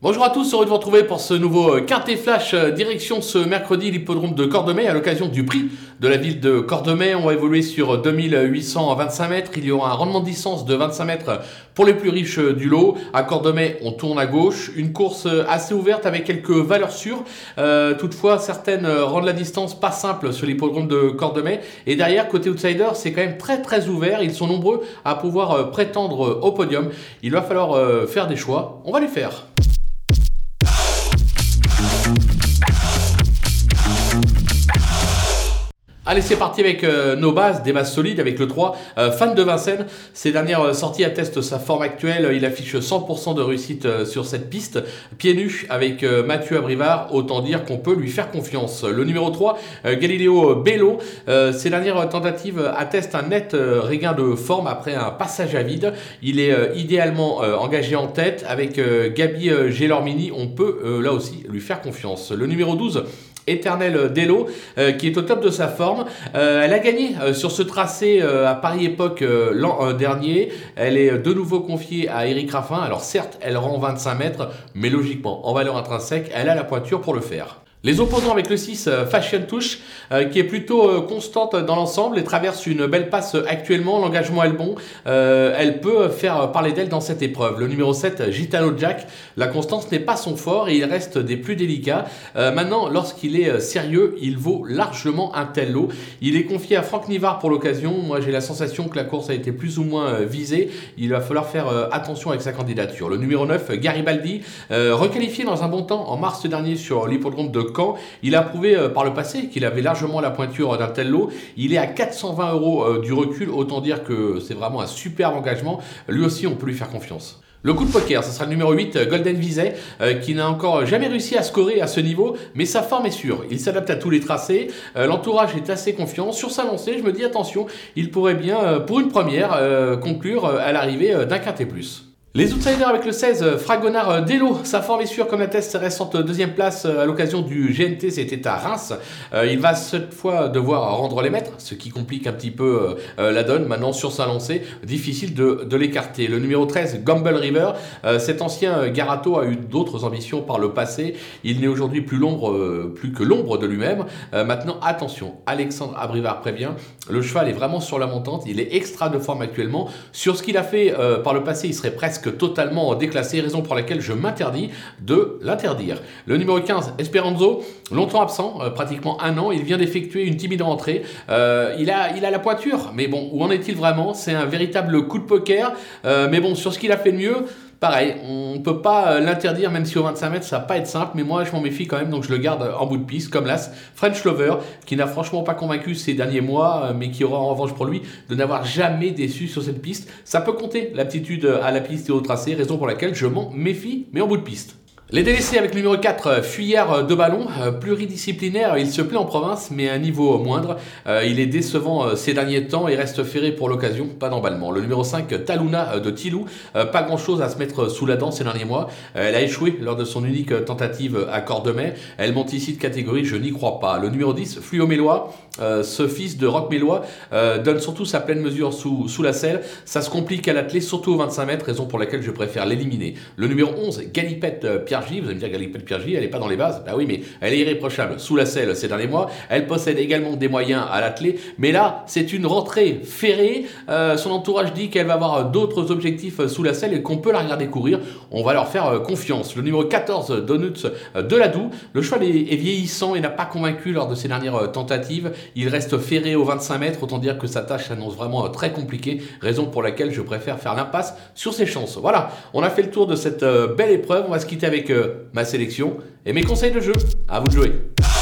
Bonjour à tous, heureux de vous retrouver pour ce nouveau Quintet Flash direction ce mercredi l'hippodrome de Cordemais à l'occasion du prix de la ville de Cordemais. On va évoluer sur 2825 mètres. Il y aura un rendement de distance de 25 mètres pour les plus riches du lot. À Cordemais, on tourne à gauche. Une course assez ouverte avec quelques valeurs sûres. Toutefois, certaines rendent la distance pas simple sur l'hippodrome de Cordemais. Et derrière, côté outsider, c'est quand même très ouvert. Ils sont nombreux à pouvoir prétendre au podium. Il va falloir faire des choix. On va les faire. Allez, c'est parti avec nos bases, des bases solides avec le 3, Fan de Vincennes. Ses dernières sorties attestent sa forme actuelle. Il affiche 100% de réussite sur cette piste. Pieds nus avec Mathieu Abrivard, autant dire qu'on peut lui faire confiance. Le numéro 3, Galileo Bello. Ses dernières tentatives attestent un net regain de forme après un passage à vide. Il est idéalement engagé en tête. Avec Gabi Gelormini, on peut là aussi lui faire confiance. Le numéro 12, Éternel Delo, qui est au top de sa forme. Elle a gagné sur ce tracé à Paris Époque l'an dernier. Elle est de nouveau confiée à Eric Raffin. Alors certes, elle rend 25 mètres, mais logiquement, en valeur intrinsèque, elle a la pointure pour le faire. Les opposants avec le 6, Fashion Touch, qui est plutôt constante dans l'ensemble et traverse une belle passe actuellement. L'engagement est le bon. Elle peut faire parler d'elle dans cette épreuve. Le numéro 7, Gitano Jack, la constance n'est pas son fort et il reste des plus délicats. Maintenant, lorsqu'il est sérieux, il vaut largement un tel lot. Il est confié à Franck Nivard pour l'occasion. Moi, j'ai la sensation que la course a été plus ou moins visée. Il va falloir faire attention avec sa candidature. Le numéro 9, Garibaldi, requalifié dans un bon temps en mars dernier sur l'hippodrome de Caen. Il a prouvé par le passé qu'il avait largement la pointure d'un tel lot. Il est à 420 € du recul, autant dire que c'est vraiment un superbe engagement. Lui aussi, on peut lui faire confiance. Le coup de poker, ce sera le numéro 8, Golden Vizet, qui n'a encore jamais réussi à scorer à ce niveau, mais sa forme est sûre. Il s'adapte à tous les tracés, l'entourage est assez confiant. Sur sa lancée, je me dis attention, il pourrait bien, pour une première, conclure à l'arrivée d'un quintet plus. Les outsiders avec le 16, Fragonard Delo, sa forme est sûre comme atteste sa récente deuxième place à l'occasion du GNT, c'était à Reims. Il va cette fois devoir rendre les mètres, ce qui complique un petit peu la donne. Maintenant sur sa lancée, difficile de l'écarter. Le numéro 13, Gamble River, cet ancien Garato a eu d'autres ambitions par le passé. Il n'est aujourd'hui plus que l'ombre de lui-même. Maintenant attention, Alexandre Abrivard prévient, le cheval est vraiment sur la montante, il est extra de forme actuellement. Sur ce qu'il a fait par le passé, il serait presque totalement déclassé, raison pour laquelle je m'interdis de l'interdire. Le numéro 15, Esperanzo, longtemps absent, pratiquement un an, il vient d'effectuer une timide rentrée. Il a la pointure, mais bon, où en est-il vraiment? C'est un véritable coup de poker, mais bon, sur ce qu'il a fait de mieux, pareil, on ne peut pas l'interdire, même si au 25 mètres, ça va pas être simple, mais moi, je m'en méfie quand même, donc je le garde en bout de piste, comme l'As French Lover, qui n'a franchement pas convaincu ces derniers mois, mais qui aura en revanche pour lui de n'avoir jamais déçu sur cette piste. Ça peut compter l'aptitude à la piste et au tracé, raison pour laquelle je m'en méfie, mais en bout de piste. Les délaissés avec le numéro 4, Fuyère de Ballon, pluridisciplinaire, il se plaît en province mais à un niveau moindre. Il est décevant ces derniers temps et reste ferré pour l'occasion, pas d'emballement. Le numéro 5, Taluna de Tilou, pas grand chose à se mettre sous la dent ces derniers mois. Elle a échoué lors de son unique tentative à Cordemais. Elle monte ici de catégorie, je n'y crois pas. Le numéro 10, Fluo Mélois, ce fils de Roch Mélois, donne surtout sa pleine mesure sous la selle. Ça se complique à l'attelé, surtout au 25 mètres, raison pour laquelle je préfère l'éliminer. Le numéro 11, Galipette Pierre J, vous allez me dire Galipette Pierre J, elle n'est pas dans les bases. Bah oui, mais elle est irréprochable sous la selle ces derniers mois. Elle possède également des moyens à l'attelé, mais là, c'est une rentrée ferrée. Son entourage dit qu'elle va avoir d'autres objectifs sous la selle et qu'on peut la regarder courir. On va leur faire confiance. Le numéro 14, Donuts de Ladoux, le cheval est vieillissant et n'a pas convaincu lors de ses dernières tentatives. Il reste ferré au 25 mètres, autant dire que sa tâche s'annonce vraiment très compliquée, raison pour laquelle je préfère faire l'impasse sur ses chances. Voilà, on a fait le tour de cette belle épreuve. On va se quitter avec ma sélection et mes conseils de jeu. À vous de jouer.